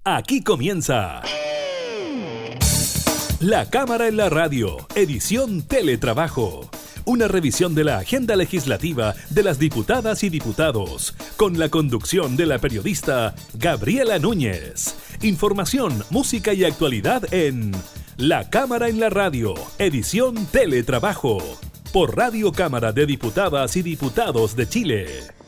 Aquí comienza La Cámara en la Radio, edición Teletrabajo. Una revisión de la agenda legislativa de las diputadas y diputados, con la conducción de la periodista Gabriela Núñez. Información, música y actualidad en La Cámara en la Radio, edición Teletrabajo, por Radio Cámara de Diputadas y Diputados de Chile.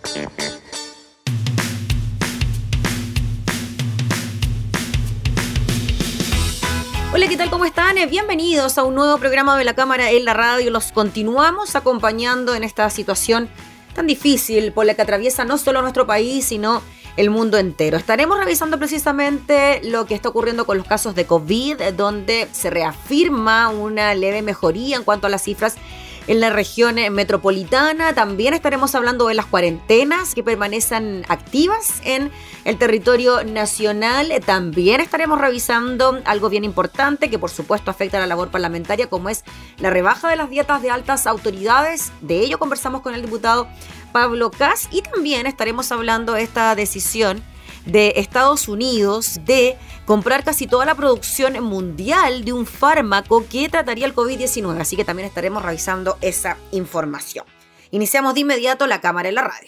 Hola, ¿qué tal? ¿Cómo están? Bienvenidos a un nuevo programa de La Cámara en la Radio. Los continuamos acompañando en esta situación tan difícil por la que atraviesa no solo nuestro país, sino el mundo entero. Estaremos revisando precisamente lo que está ocurriendo con los casos de COVID, donde se reafirma una leve mejoría en cuanto a las cifras en la región metropolitana. También estaremos hablando de las cuarentenas que permanecen activas en el territorio nacional. También estaremos revisando algo bien importante que por supuesto afecta a la labor parlamentaria, como es la rebaja de las dietas de altas autoridades. De ello conversamos con el diputado Pablo Kast, y también estaremos hablando de esta decisión de Estados Unidos de comprar casi toda la producción mundial de un fármaco que trataría el COVID-19. Así que también estaremos revisando esa información. Iniciamos de inmediato La Cámara en la Radio.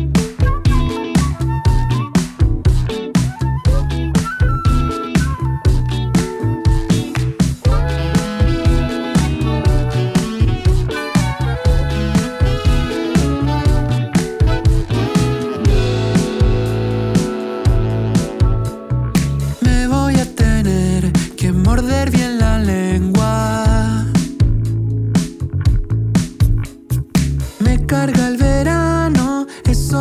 Morder bien la lengua. Me carga el verano, eso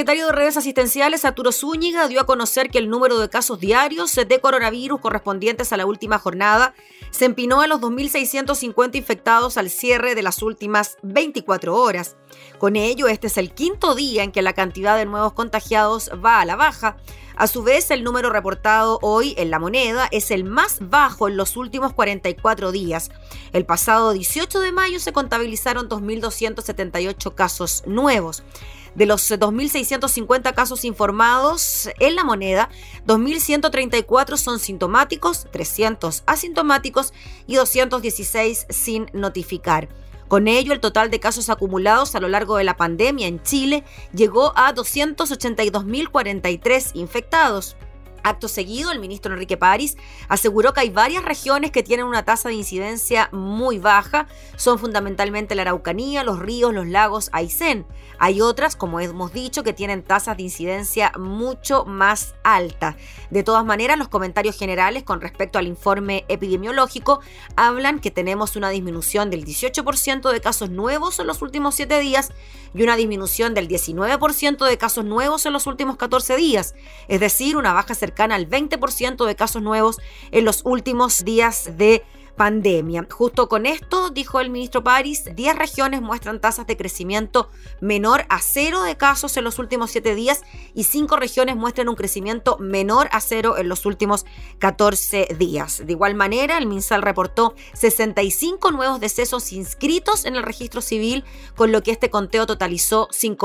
secretario de Redes Asistenciales, Arturo Zúñiga, dio a conocer que el número de casos diarios de coronavirus correspondientes a la última jornada se empinó a los 2.650 infectados al cierre de las últimas 24 horas. Con ello, este es el quinto día en que la cantidad de nuevos contagiados va a la baja. A su vez, el número reportado hoy en La Moneda es el más bajo en los últimos 44 días. El pasado 18 de mayo se contabilizaron 2.278 casos nuevos. De los 2.650 casos informados en La Moneda, 2.134 son sintomáticos, 300 asintomáticos y 216 sin notificar. Con ello, el total de casos acumulados a lo largo de la pandemia en Chile llegó a 282.043 infectados. Acto seguido, el ministro Enrique París aseguró que hay varias regiones que tienen una tasa de incidencia muy baja. Son fundamentalmente la Araucanía, los ríos, los lagos, Aysén. Hay otras, como hemos dicho, que tienen tasas de incidencia mucho más altas. De todas maneras, los comentarios generales con respecto al informe epidemiológico hablan que tenemos una disminución del 18% de casos nuevos en los últimos 7 días y una disminución del 19% de casos nuevos en los últimos 14 días. Es decir, una baja cercana al 20% de casos nuevos en los últimos días de pandemia. Justo con esto, dijo el ministro París, 10 regiones muestran tasas de crecimiento menor a 0 de casos en los últimos 7 días y 5 regiones muestran un crecimiento menor a 0 en los últimos 14 días. De igual manera, el MinSal reportó 65 nuevos decesos inscritos en el registro civil, con lo que este conteo totalizó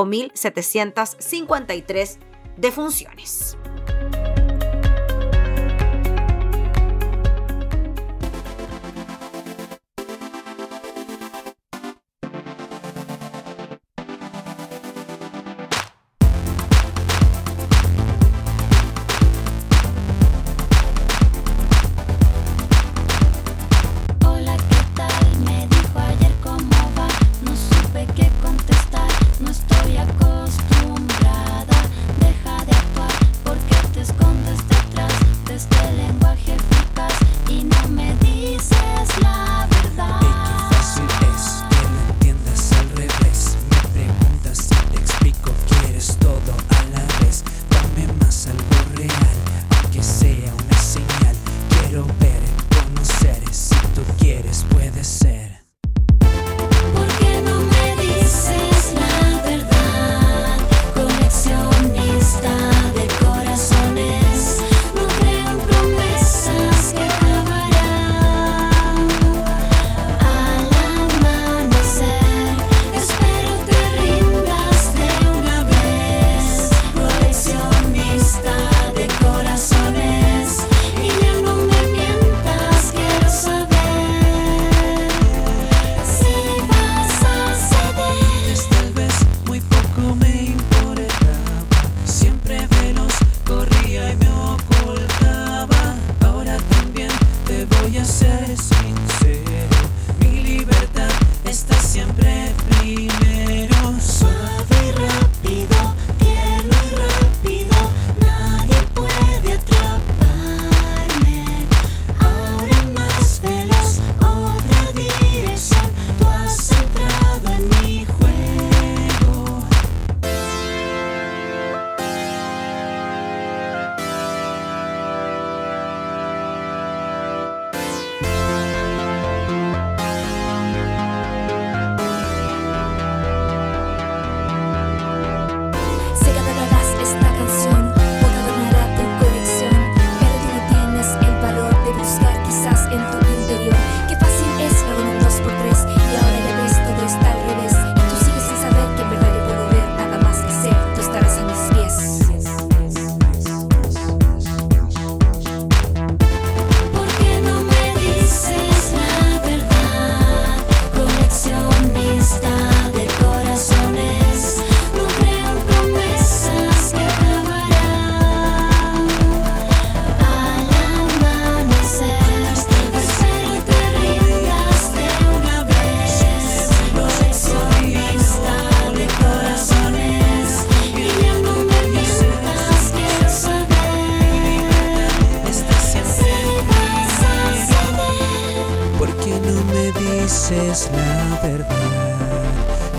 5.753 defunciones.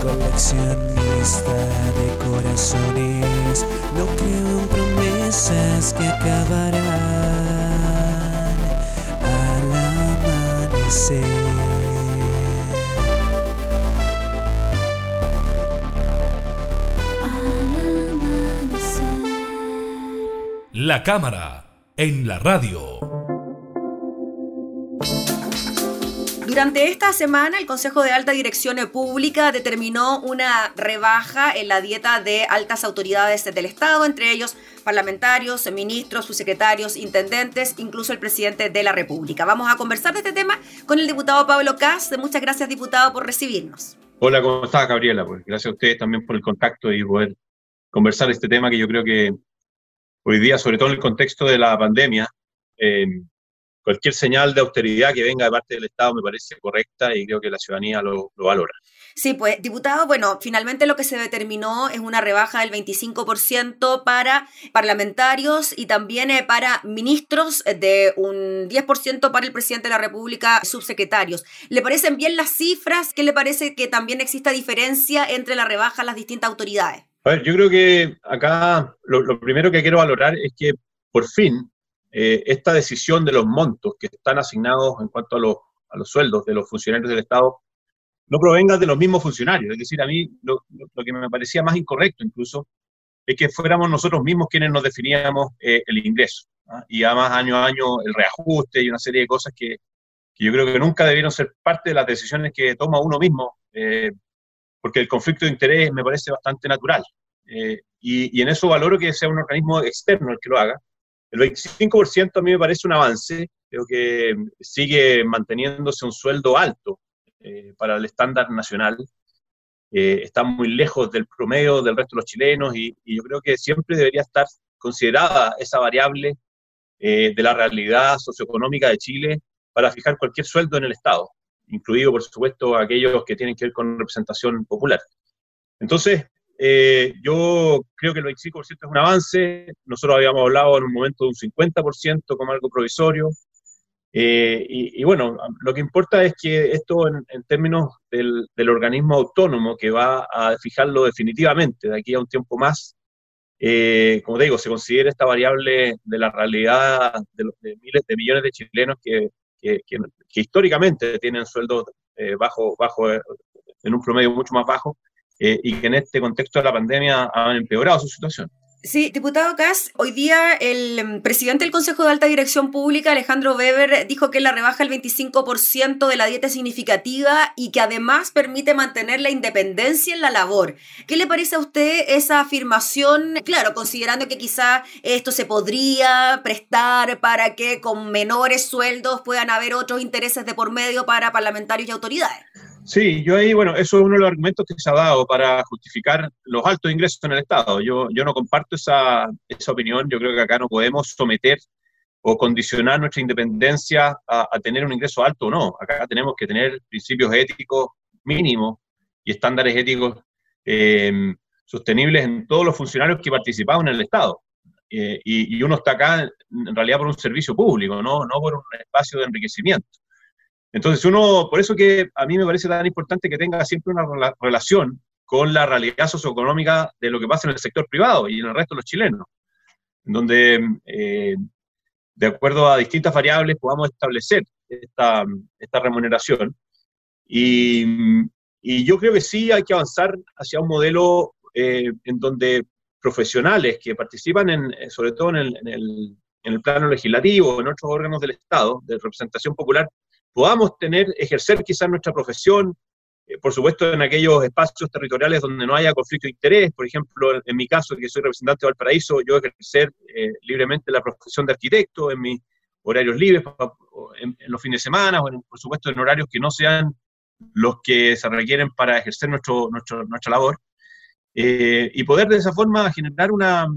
coleccionista de corazones, no creo en promesas que acabarán al amanecer. La cámara en la radio. Durante esta semana, el Consejo de Alta Dirección Pública determinó una rebaja en la dieta de altas autoridades del Estado, entre ellos parlamentarios, ministros, subsecretarios, intendentes, incluso el presidente de la República. Vamos a conversar de este tema con el diputado Pablo Kast. Muchas gracias, diputado, por recibirnos. Hola, ¿cómo estás, Gabriela? Pues gracias a ustedes también por el contacto y poder conversar este tema que yo creo que hoy día, sobre todo en el contexto de la pandemia, cualquier señal de austeridad que venga de parte del Estado me parece correcta y creo que la ciudadanía lo valora. Sí, pues, diputado, bueno, finalmente lo que se determinó es una rebaja del 25% para parlamentarios y también para ministros, de un 10% para el presidente de la República, subsecretarios. ¿Le parecen bien las cifras? ¿Qué le parece que también exista diferencia entre la rebaja a las distintas autoridades? A ver, yo creo que acá lo primero que quiero valorar es que por fin esta decisión de los montos que están asignados en cuanto a los sueldos de los funcionarios del Estado no provengan de los mismos funcionarios. Es decir, a mí lo que me parecía más incorrecto incluso es que fuéramos nosotros mismos quienes nos definíamos el ingreso, ¿no? Y además año a año el reajuste y una serie de cosas que yo creo que nunca debieron ser parte de las decisiones que toma uno mismo, porque el conflicto de interés me parece bastante natural. Y en eso valoro que sea un organismo externo el que lo haga. El 25% a mí me parece un avance, creo que sigue manteniéndose un sueldo alto para el estándar nacional, está muy lejos del promedio del resto de los chilenos y yo creo que siempre debería estar considerada esa variable de la realidad socioeconómica de Chile para fijar cualquier sueldo en el Estado, incluido por supuesto aquellos que tienen que ver con representación popular. Entonces, yo creo que el 25% es un avance. Nosotros habíamos hablado en un momento de un 50% como algo provisorio, y bueno, lo que importa es que esto en términos del organismo autónomo que va a fijarlo definitivamente de aquí a un tiempo más, como te digo, se considera esta variable de la realidad de miles de millones de chilenos que históricamente tienen sueldos bajo en un promedio mucho más bajo, y que en este contexto de la pandemia han empeorado su situación. Sí, diputado Kast, hoy día el presidente del Consejo de Alta Dirección Pública, Alejandro Weber, dijo que la rebaja del 25% de la dieta es significativa y que además permite mantener la independencia en la labor. ¿Qué le parece a usted esa afirmación? Claro, considerando que quizá esto se podría prestar para que con menores sueldos puedan haber otros intereses de por medio para parlamentarios y autoridades. Sí, yo ahí, bueno, eso es uno de los argumentos que se ha dado para justificar los altos ingresos en el Estado. Yo no comparto esa opinión. Yo creo que acá no podemos someter o condicionar nuestra independencia a tener un ingreso alto o no. Acá tenemos que tener principios éticos mínimos y estándares éticos sostenibles en todos los funcionarios que participaban en el Estado. Y uno está acá en realidad por un servicio público, no por un espacio de enriquecimiento. Entonces por eso que a mí me parece tan importante que tenga siempre una relación con la realidad socioeconómica de lo que pasa en el sector privado y en el resto de los chilenos, en donde de acuerdo a distintas variables podamos establecer esta remuneración. Y yo creo que sí hay que avanzar hacia un modelo en donde profesionales que participan sobre todo en el plano legislativo, en otros órganos del Estado, de representación popular, podamos ejercer quizás nuestra profesión, por supuesto en aquellos espacios territoriales donde no haya conflicto de interés. Por ejemplo, en mi caso, que soy representante de Valparaíso, yo ejercer libremente la profesión de arquitecto en mis horarios libres, en los fines de semana, o por supuesto en horarios que no sean los que se requieren para ejercer nuestra labor, y poder de esa forma generar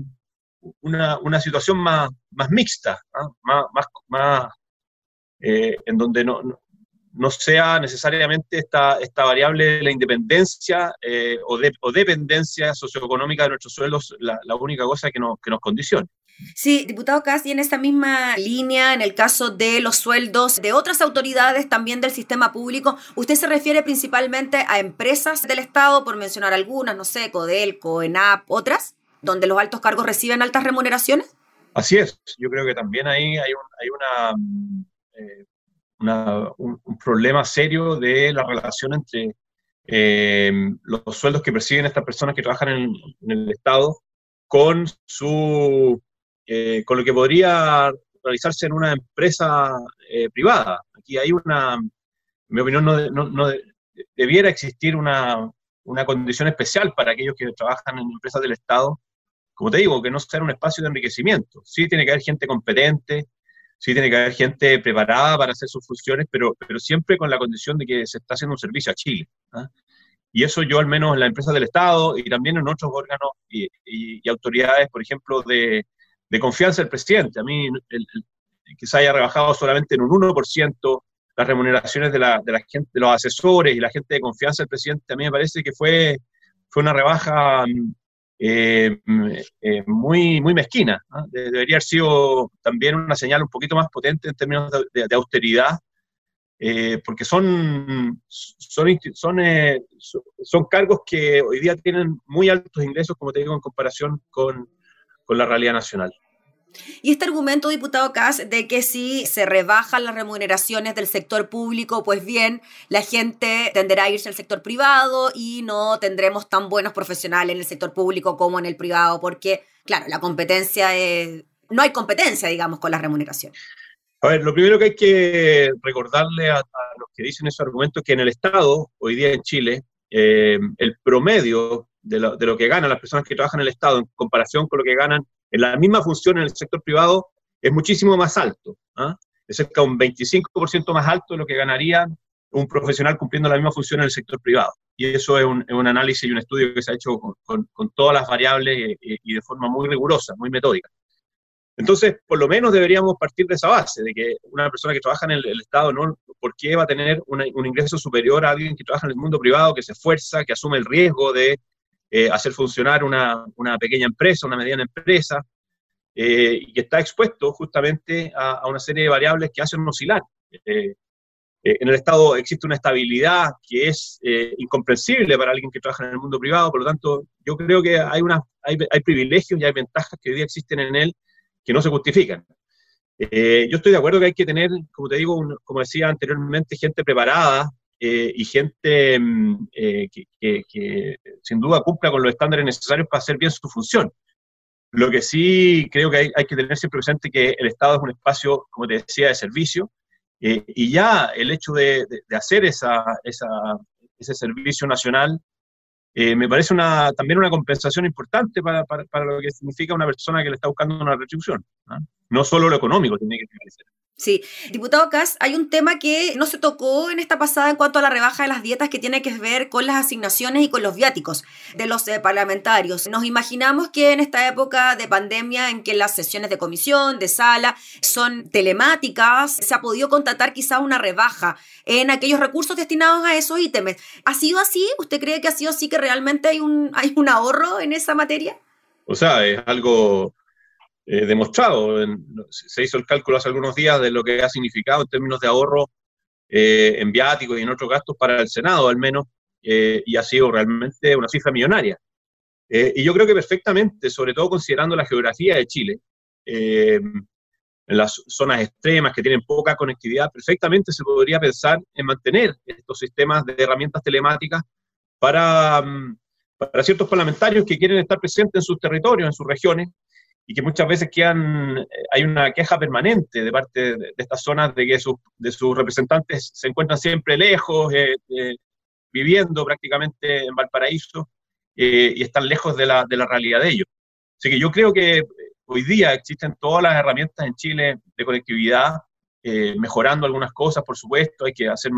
una situación más mixta, ¿no? más en donde no sea necesariamente esta variable de la independencia o dependencia socioeconómica de nuestros sueldos la única cosa que nos condicione. Sí, diputado Kass, y en esa misma línea, en el caso de los sueldos de otras autoridades también del sistema público, ¿usted se refiere principalmente a empresas del Estado, por mencionar algunas, no sé, Codelco, ENAP, otras, donde los altos cargos reciben altas remuneraciones? Así es, yo creo que también ahí hay un problema serio de la relación entre los sueldos que perciben estas personas que trabajan en el Estado con con lo que podría realizarse en una empresa privada. Aquí hay en mi opinión, debiera existir una condición especial para aquellos que trabajan en empresas del Estado, como te digo, que no sea un espacio de enriquecimiento. Sí tiene que haber gente competente, sí tiene que haber gente preparada para hacer sus funciones, pero siempre con la condición de que se está haciendo un servicio a Chile, ¿ah? Y eso yo al menos en las empresas del Estado y también en otros órganos y autoridades, por ejemplo, de confianza del presidente. A mí que se haya rebajado solamente en un 1% las remuneraciones de la gente, de los asesores y la gente de confianza del presidente, a mí me parece que fue una rebaja muy mezquina, ¿no? Debería haber sido también una señal un poquito más potente en términos de austeridad, porque son cargos que hoy día tienen muy altos ingresos, como te digo, en comparación con la realidad nacional. Y este argumento, diputado Kass, de que si se rebajan las remuneraciones del sector público, pues bien, la gente tenderá a irse al sector privado y no tendremos tan buenos profesionales en el sector público como en el privado, porque, claro, no hay competencia, digamos, con las remuneraciones. A ver, lo primero que hay que recordarle a los que dicen esos argumentos es que en el Estado, hoy día en Chile, el promedio de lo que ganan las personas que trabajan en el Estado en comparación con lo que ganan en la misma función en el sector privado es muchísimo más alto, ¿ah? Es cerca de un 25% más alto de lo que ganaría un profesional cumpliendo la misma función en el sector privado. Y eso es un análisis y un estudio que se ha hecho con todas las variables y de forma muy rigurosa, muy metódica. Entonces, por lo menos deberíamos partir de esa base, de que una persona que trabaja en el Estado, ¿no? ¿Por qué va a tener un ingreso superior a alguien que trabaja en el mundo privado, que se esfuerza, que asume el riesgo de hacer funcionar una pequeña empresa, una mediana empresa, y que está expuesto justamente a una serie de variables que hacen oscilar? En el Estado existe una estabilidad que es incomprensible para alguien que trabaja en el mundo privado, por lo tanto, yo creo que hay privilegios y hay ventajas que hoy día existen en él que no se justifican. Yo estoy de acuerdo que hay que tener, como te digo, como decía anteriormente, gente preparada y gente que sin duda cumpla con los estándares necesarios para hacer bien su función. Lo que sí creo que hay que tener siempre presente que el Estado es un espacio, como te decía, de servicio, y ya el hecho de hacer ese servicio nacional me parece también una compensación importante para lo que significa una persona que le está buscando una retribución, ¿no? No solo lo económico tiene que crecer. Sí, diputado Kass, hay un tema que no se tocó en esta pasada en cuanto a la rebaja de las dietas, que tiene que ver con las asignaciones y con los viáticos de los parlamentarios. Nos imaginamos que en esta época de pandemia, en que las sesiones de comisión, de sala, son telemáticas, se ha podido constatar quizás una rebaja en aquellos recursos destinados a esos ítems. ¿Ha sido así? ¿Usted cree que ha sido así, que realmente hay un ahorro en esa materia? O sea, es algo demostrado. Se hizo el cálculo hace algunos días de lo que ha significado en términos de ahorro en viáticos y en otros gastos para el Senado, al menos, y ha sido realmente una cifra millonaria. Y yo creo que perfectamente, sobre todo considerando la geografía de Chile, en las zonas extremas que tienen poca conectividad, perfectamente se podría pensar en mantener estos sistemas de herramientas telemáticas para ciertos parlamentarios que quieren estar presentes en sus territorios, en sus regiones, y que muchas veces hay una queja permanente de parte de estas zonas de que sus representantes se encuentran siempre lejos, viviendo prácticamente en Valparaíso, y están lejos de la realidad de ellos. Así que yo creo que hoy día existen todas las herramientas en Chile de conectividad, mejorando algunas cosas, por supuesto, hay que hacer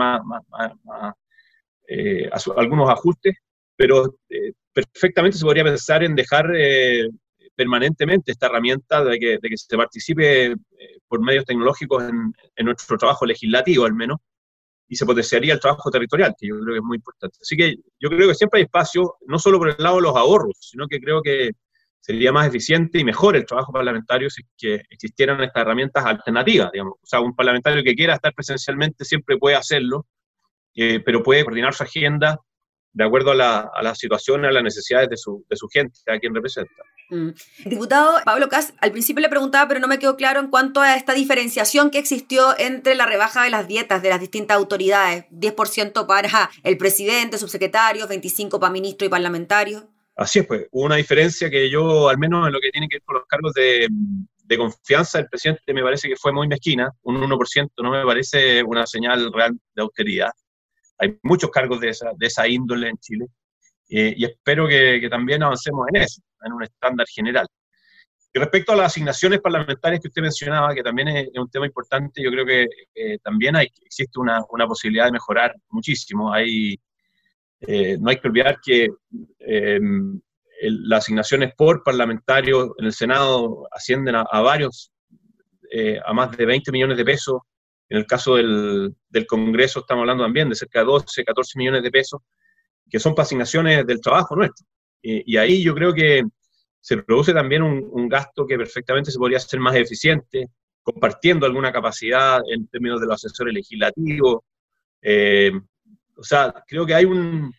algunos ajustes, pero perfectamente se podría pensar en dejar permanentemente esta herramienta de que se participe por medios tecnológicos en nuestro trabajo legislativo, al menos, y se potenciaría el trabajo territorial, que yo creo que es muy importante. Así que yo creo que siempre hay espacio, no solo por el lado de los ahorros, sino que creo que sería más eficiente y mejor el trabajo parlamentario si es que existieran estas herramientas alternativas, digamos. O sea, un parlamentario que quiera estar presencialmente siempre puede hacerlo, pero puede coordinar su agenda de acuerdo a la situación, a las necesidades de su gente, a quien representa. Diputado Pablo Kast, al principio le preguntaba, pero no me quedó claro en cuanto a esta diferenciación que existió entre la rebaja de las dietas de las distintas autoridades, 10% para el presidente, subsecretarios, 25% para ministro y parlamentarios. Así es, pues, hubo una diferencia que yo, al menos en lo que tiene que ver con los cargos de confianza del presidente, me parece que fue muy mezquina, un 1% no me parece una señal real de austeridad. Hay muchos cargos de esa índole en Chile, y espero que también avancemos en eso, en un estándar general. Y respecto a las asignaciones parlamentarias que usted mencionaba, que también es un tema importante, yo creo que también existe una posibilidad de mejorar muchísimo. No hay que olvidar que las asignaciones por parlamentario en el Senado ascienden a más de 20 millones de pesos. En el caso del Congreso estamos hablando también de cerca de 12, 14 millones de pesos, que son para asignaciones del trabajo nuestro. Y ahí yo creo que se produce también un gasto que perfectamente se podría hacer más eficiente, compartiendo alguna capacidad en términos de los asesores legislativos. O sea, creo que hay un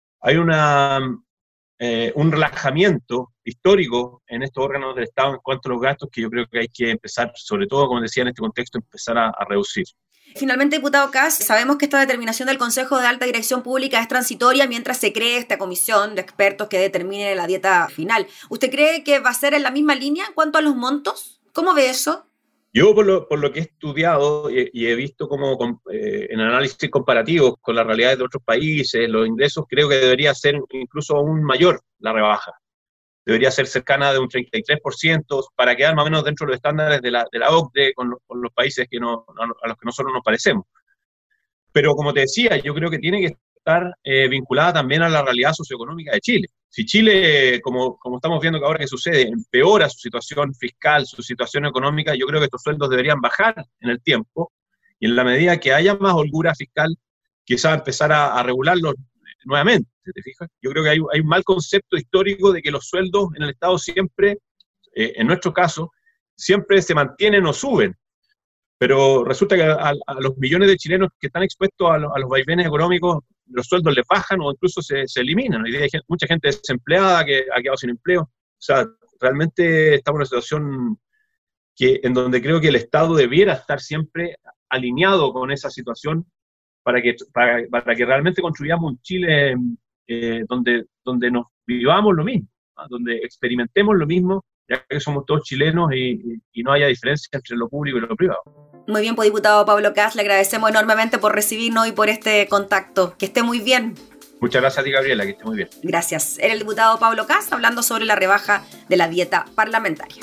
relajamiento histórico en estos órganos del Estado en cuanto a los gastos que yo creo que hay que empezar, sobre todo, como decía en este contexto, empezar a reducir. Finalmente, diputado Kast, sabemos que esta determinación del Consejo de Alta Dirección Pública es transitoria mientras se cree esta comisión de expertos que determine la dieta final. ¿Usted cree que va a ser en la misma línea en cuanto a los montos? ¿Cómo ve eso? Yo, por lo que he estudiado y he visto como en análisis comparativos con las realidades de otros países, los ingresos, creo que debería ser incluso aún mayor la rebaja. Debería ser cercana de un 33% para quedar más o menos dentro de los estándares de la OCDE con los países a los que nosotros nos parecemos. Pero como te decía, yo creo que tiene que estar vinculada también a la realidad socioeconómica de Chile. Si Chile, como estamos viendo que ahora que sucede, empeora su situación fiscal, su situación económica, yo creo que estos sueldos deberían bajar en el tiempo, y en la medida que haya más holgura fiscal, quizás empezar a regularlos nuevamente, ¿te fijas? Yo creo que hay un mal concepto histórico de que los sueldos en el Estado siempre, en nuestro caso, siempre se mantienen o suben. Pero resulta que a los millones de chilenos que están expuestos a los vaivenes económicos, los sueldos les bajan o incluso se eliminan. Hoy día hay mucha gente desempleada que ha quedado sin empleo. O sea, realmente estamos en una situación en donde creo que el Estado debiera estar siempre alineado con esa situación para que realmente construyamos un Chile donde nos vivamos lo mismo, ¿no? Donde experimentemos lo mismo, ya que somos todos chilenos y no haya diferencia entre lo público y lo privado. Muy bien, pues, diputado Pablo Kast, le agradecemos enormemente por recibirnos y por este contacto. Que esté muy bien. Muchas gracias a ti, Gabriela, que esté muy bien. Gracias. Era el diputado Pablo Kast hablando sobre la rebaja de la dieta parlamentaria.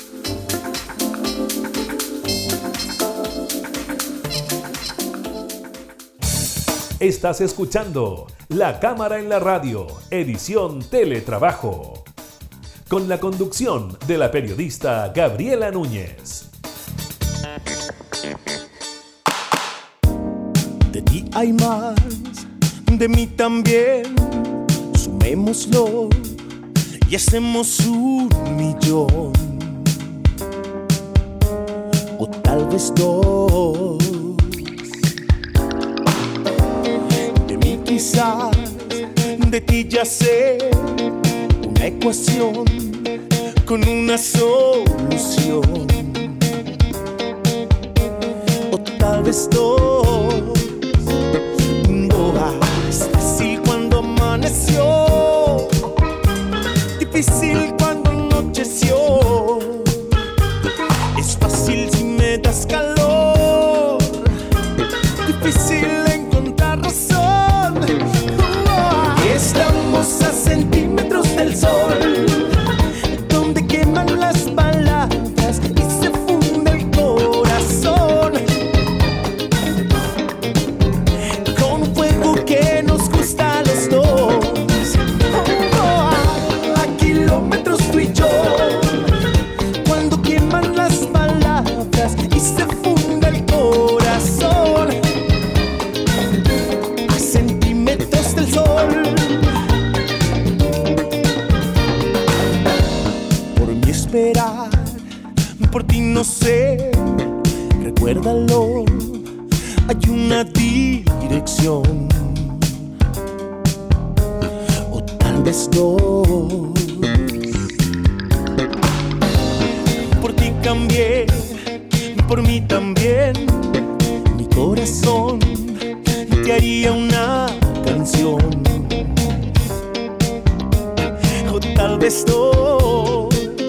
Estás escuchando La Cámara en la Radio, edición Teletrabajo, con la conducción de la periodista Gabriela Núñez. De ti hay más, de mí también. Sumémoslo y hacemos 1,000,000. O tal vez 2. De mí quizás, de ti ya sé. Una ecuación con una solución. O tal vez 2. Es fácil cuando amaneció, difícil cuando anocheció. Es fácil si me das calor, difícil encontrar razón. Estamos a centímetros del sol, donde queman las palabras y se funde el corazón. hay una dirección, o tal vez dos. Por ti cambié, por mí también, mi corazón te haría una canción, o tal vez dos.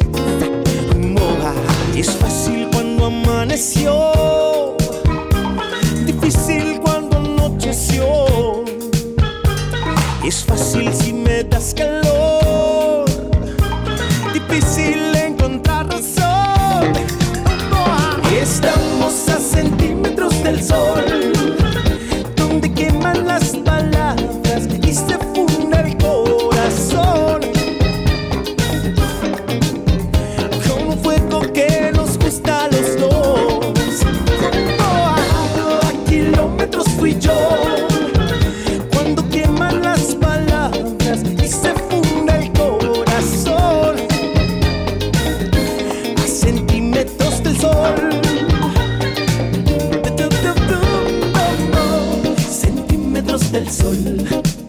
Es fácil cuando amaneció, difícil cuando anocheció. Es fácil si me das calor, difícil encontrar razón. Estamos a centímetros del sol, donde queman las palabras y se funde el corazón. Con un fuego que nos gusta a los dos. A kilómetros fui yo, cuando queman las palabras y se funde el corazón. A centímetros del sol, centímetros del sol,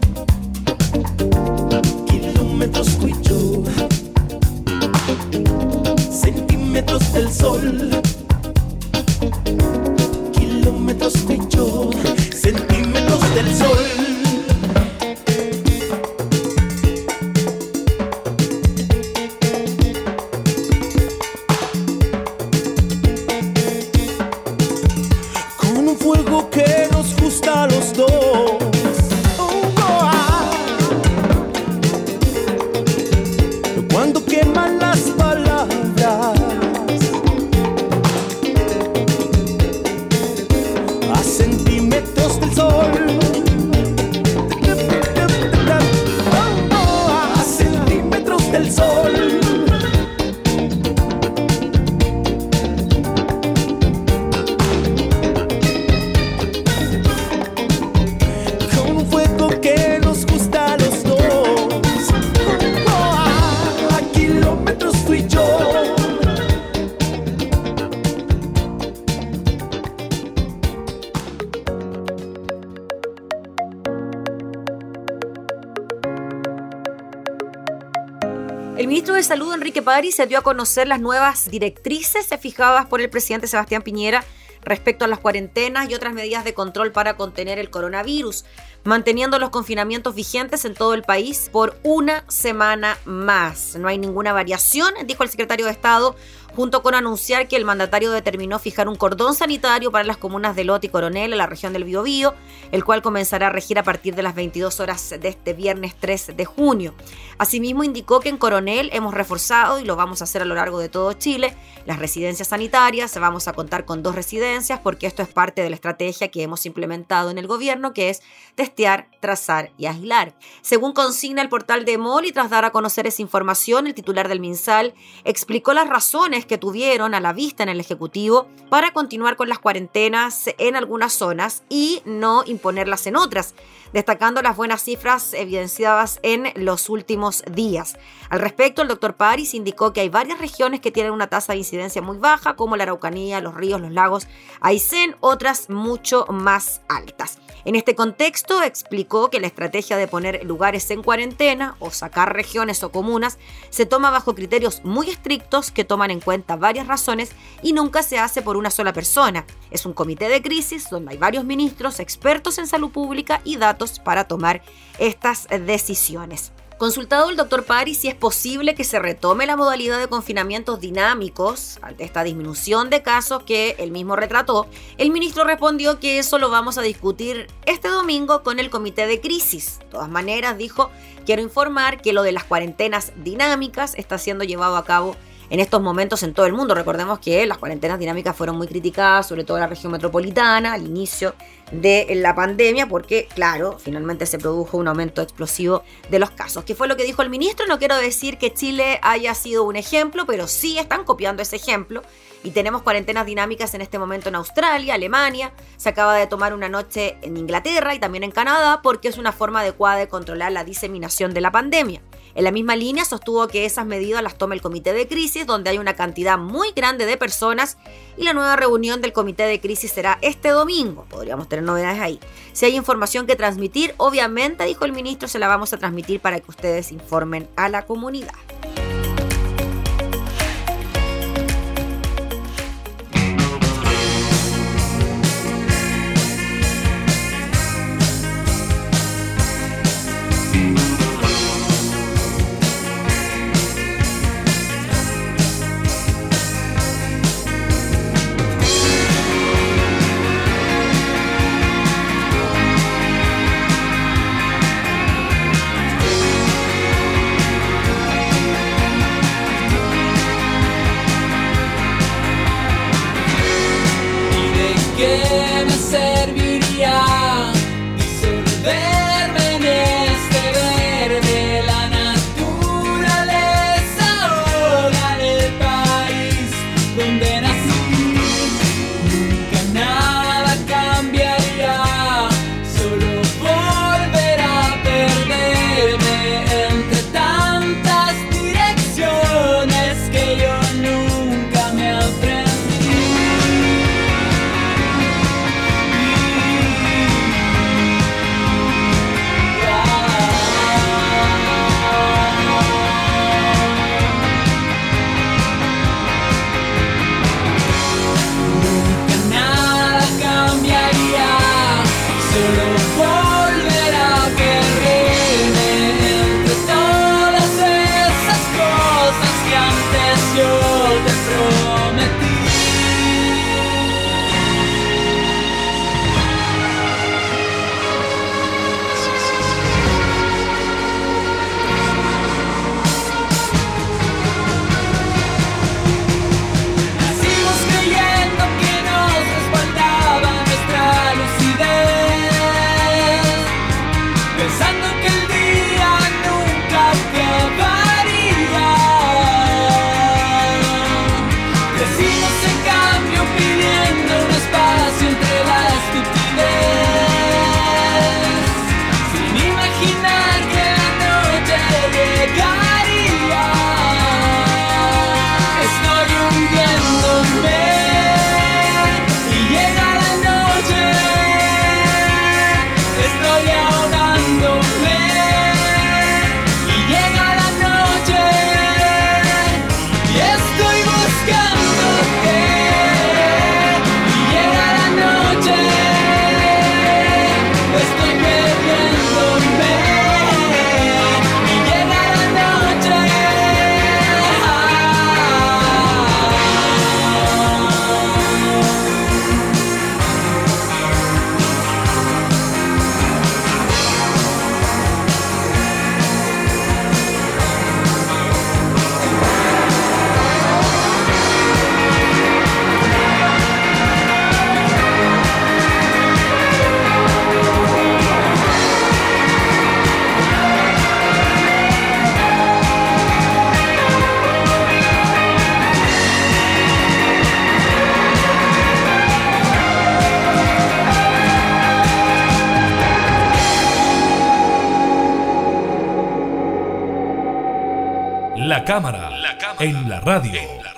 kilómetros fui yo, centímetros del sol, kilómetros fui yo, centímetros del sol. Con un fuego que nos gusta a los dos. Cuando queman las palabras, a centímetros del sol, a centímetros del sol. Con un fuego que nos gusta a los dos. A kilómetros fui yo. El ministro de Salud, Enrique París, se dio a conocer las nuevas directrices fijadas por el presidente Sebastián Piñera respecto a las cuarentenas y otras medidas de control para contener el coronavirus, manteniendo los confinamientos vigentes en todo el país por una semana más. No hay ninguna variación, dijo el secretario de Estado, junto con anunciar que el mandatario determinó fijar un cordón sanitario para las comunas de Lota y Coronel en la región del Biobío, el cual comenzará a regir a partir de las 22 horas de este viernes 3 de junio. Asimismo, indicó que en Coronel hemos reforzado, y lo vamos a hacer a lo largo de todo Chile, las residencias sanitarias. Vamos a contar con 2 residencias porque esto es parte de la estrategia que hemos implementado en el gobierno, que es testear, trazar y aislar. Según consigna el portal de MOL, y tras dar a conocer esa información, el titular del MinSal explicó las razones que tuvieron a la vista en el Ejecutivo para continuar con las cuarentenas en algunas zonas y no imponerlas en otras, destacando las buenas cifras evidenciadas en los últimos días. Al respecto, el doctor París indicó que hay varias regiones que tienen una tasa de incidencia muy baja, como la Araucanía, los ríos, los lagos, Aysén, otras mucho más altas. En este contexto, explicó que la estrategia de poner lugares en cuarentena o sacar regiones o comunas se toma bajo criterios muy estrictos que toman en cuenta varias razones y nunca se hace por una sola persona. Es un comité de crisis donde hay varios ministros, expertos en salud pública y datos para tomar estas decisiones. Consultado el doctor París si es posible que se retome la modalidad de confinamientos dinámicos ante esta disminución de casos que él mismo retrató, el ministro respondió que eso lo vamos a discutir este domingo con el comité de crisis. De todas maneras, dijo, quiero informar que lo de las cuarentenas dinámicas está siendo llevado a cabo en estos momentos en todo el mundo. Recordemos que las cuarentenas dinámicas fueron muy criticadas, sobre todo en la región metropolitana, al inicio de la pandemia, porque, claro, finalmente se produjo un aumento explosivo de los casos. ¿Qué fue lo que dijo el ministro? No quiero decir que Chile haya sido un ejemplo, pero sí están copiando ese ejemplo. Y tenemos cuarentenas dinámicas en este momento en Australia, Alemania. Se acaba de tomar una noche en Inglaterra y también en Canadá, porque es una forma adecuada de controlar la diseminación de la pandemia. En la misma línea sostuvo que esas medidas las toma el comité de crisis, donde hay una cantidad muy grande de personas, y la nueva reunión del comité de crisis será este domingo. Podríamos tener novedades ahí. Si hay información que transmitir, obviamente, dijo el ministro, se la vamos a transmitir para que ustedes informen a la comunidad. ¿Qué me serviría disolverme en este verde? La naturaleza ahoga en el país donde nací. Nunca nada cambiaría, solo volver a perderme entre tantas direcciones que yo nunca me aprendí. La cámara en la radio.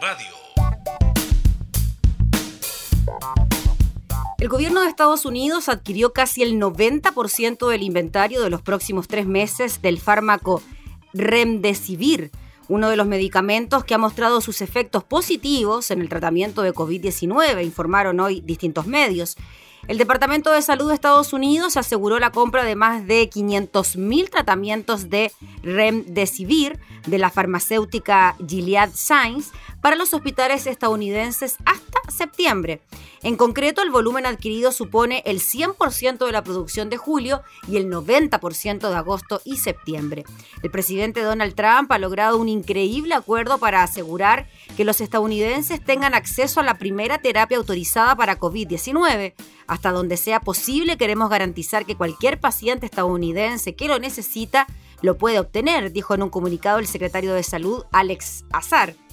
El gobierno de Estados Unidos adquirió casi el 90% del inventario de los próximos 3 meses del fármaco Remdesivir, uno de los medicamentos que ha mostrado sus efectos positivos en el tratamiento de COVID-19, informaron hoy distintos medios. El Departamento de Salud de Estados Unidos aseguró la compra de más de 500.000 tratamientos de Remdesivir de la farmacéutica Gilead Sciences para los hospitales estadounidenses hasta septiembre. En concreto, el volumen adquirido supone el 100% de la producción de julio y el 90% de agosto y septiembre. El presidente Donald Trump ha logrado un increíble acuerdo para asegurar que los estadounidenses tengan acceso a la primera terapia autorizada para COVID-19. Hasta donde sea posible, queremos garantizar que cualquier paciente estadounidense que lo necesita lo puede obtener, dijo en un comunicado el secretario de Salud, Alex Azar.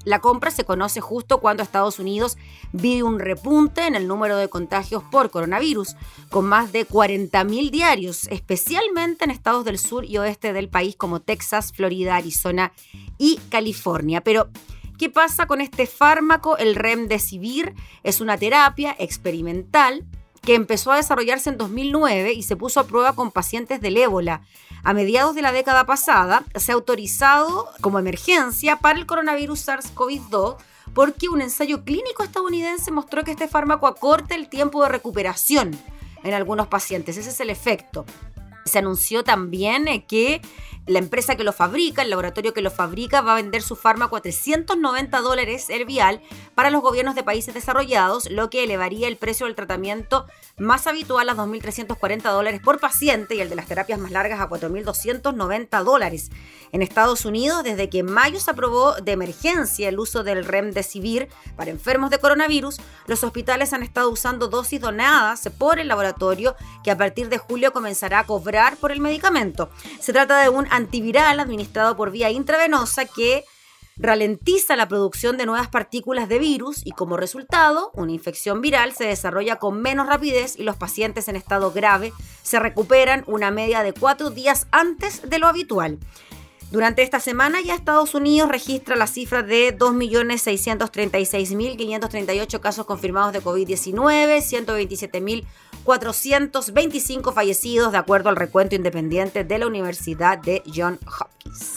La compra se conoce justo cuando Estados Unidos vive un repunte en el número de contagios por coronavirus, con más de 40.000 diarios, especialmente en estados del sur y oeste del país como Texas, Florida, Arizona y California. Pero, ¿qué pasa con este fármaco? El Remdesivir es una terapia experimental que empezó a desarrollarse en 2009 y se puso a prueba con pacientes del ébola. A mediados de la década pasada se ha autorizado como emergencia para el coronavirus SARS-CoV-2 porque un ensayo clínico estadounidense mostró que este fármaco acorta el tiempo de recuperación en algunos pacientes. Ese es el efecto. Se anunció también que la empresa que lo fabrica, el laboratorio que lo fabrica, va a vender su fármaco a $390 el vial para los gobiernos de países desarrollados, lo que elevaría el precio del tratamiento más habitual a $2.340 por paciente y el de las terapias más largas a $4.290. En Estados Unidos, desde que en mayo se aprobó de emergencia el uso del Remdesivir para enfermos de coronavirus, los hospitales han estado usando dosis donadas por el laboratorio que a partir de julio comenzará a cobrar por el medicamento. Se trata de un antiviral administrado por vía intravenosa que ralentiza la producción de nuevas partículas de virus y como resultado, una infección viral se desarrolla con menos rapidez y los pacientes en estado grave se recuperan una media de 4 días antes de lo habitual. Durante esta semana ya Estados Unidos registra la cifra de 2.636.538 casos confirmados de COVID-19, 127.425 fallecidos de acuerdo al recuento independiente de la Universidad de Johns Hopkins.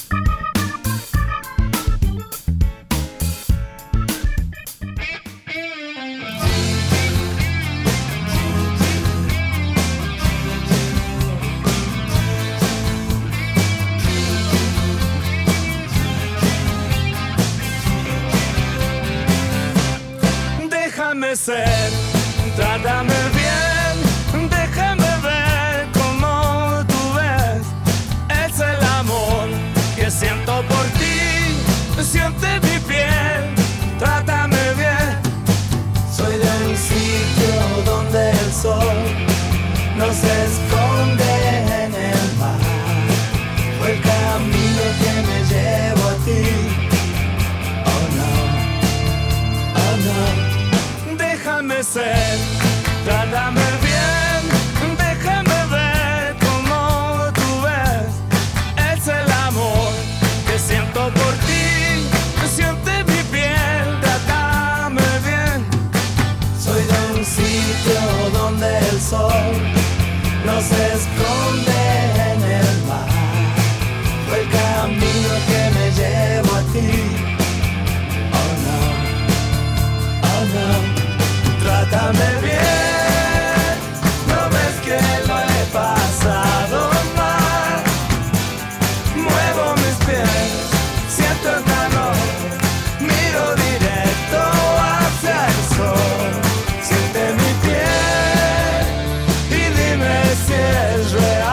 Déjame ser, trátame bien, déjame ver como tú ves. Es el amor que siento por ti, siente mi piel, trátame bien. Soy de un sitio donde el sol no se esconde en el mar. Fue el camino que me llevó a ti. Oh no, oh no. Déjame ser, trátame bien, déjame ver como tú ves. Es el amor que siento por ti, siente mi piel, trátame bien. Soy de un sitio donde el sol no se esconde en el mar. Fue el camino que me llevó a ti. Oh no, oh no. Trátame bien, no ves que lo he pasado mal. Muevo mis pies, siento el calor, miro directo hacia el sol. Siente mi piel y dime si es real.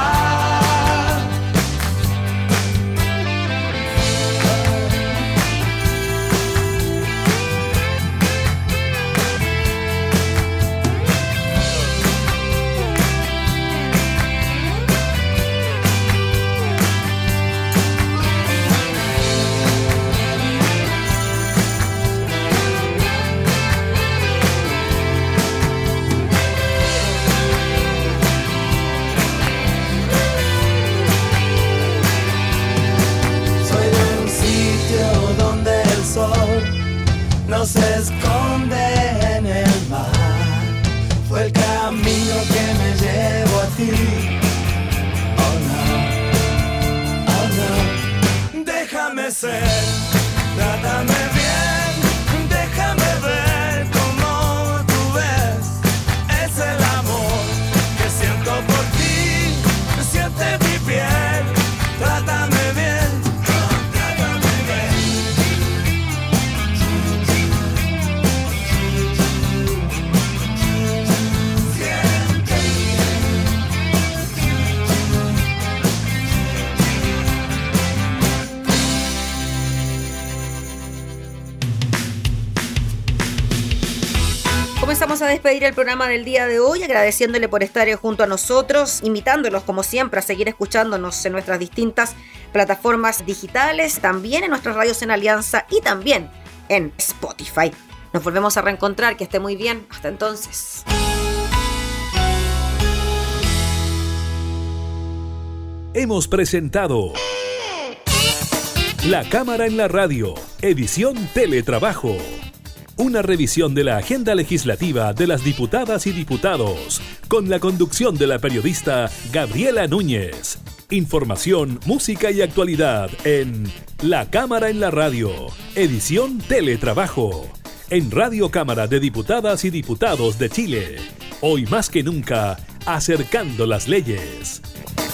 No se esconde en el mar. Fue el camino que me llevó a ti. Oh no, oh no. Déjame ser, trátame bien, déjame ver como tú ves. Es el amor que siento por ti, siente mi piel, trátame bien. vamos a despedir el programa del día de hoy agradeciéndole por estar junto a nosotros, invitándolos como siempre a seguir escuchándonos en nuestras distintas plataformas digitales, también en nuestras radios en Alianza y también en Spotify. Nos volvemos a reencontrar, que esté muy bien. Hasta entonces. Hemos presentado La Cámara en la Radio, edición Teletrabajo. Una revisión de la agenda legislativa de las diputadas y diputados, con la conducción de la periodista Gabriela Núñez. Información, música y actualidad en La Cámara en la Radio, edición Teletrabajo. En Radio Cámara de Diputadas y Diputados de Chile. Hoy más que nunca, acercando las leyes.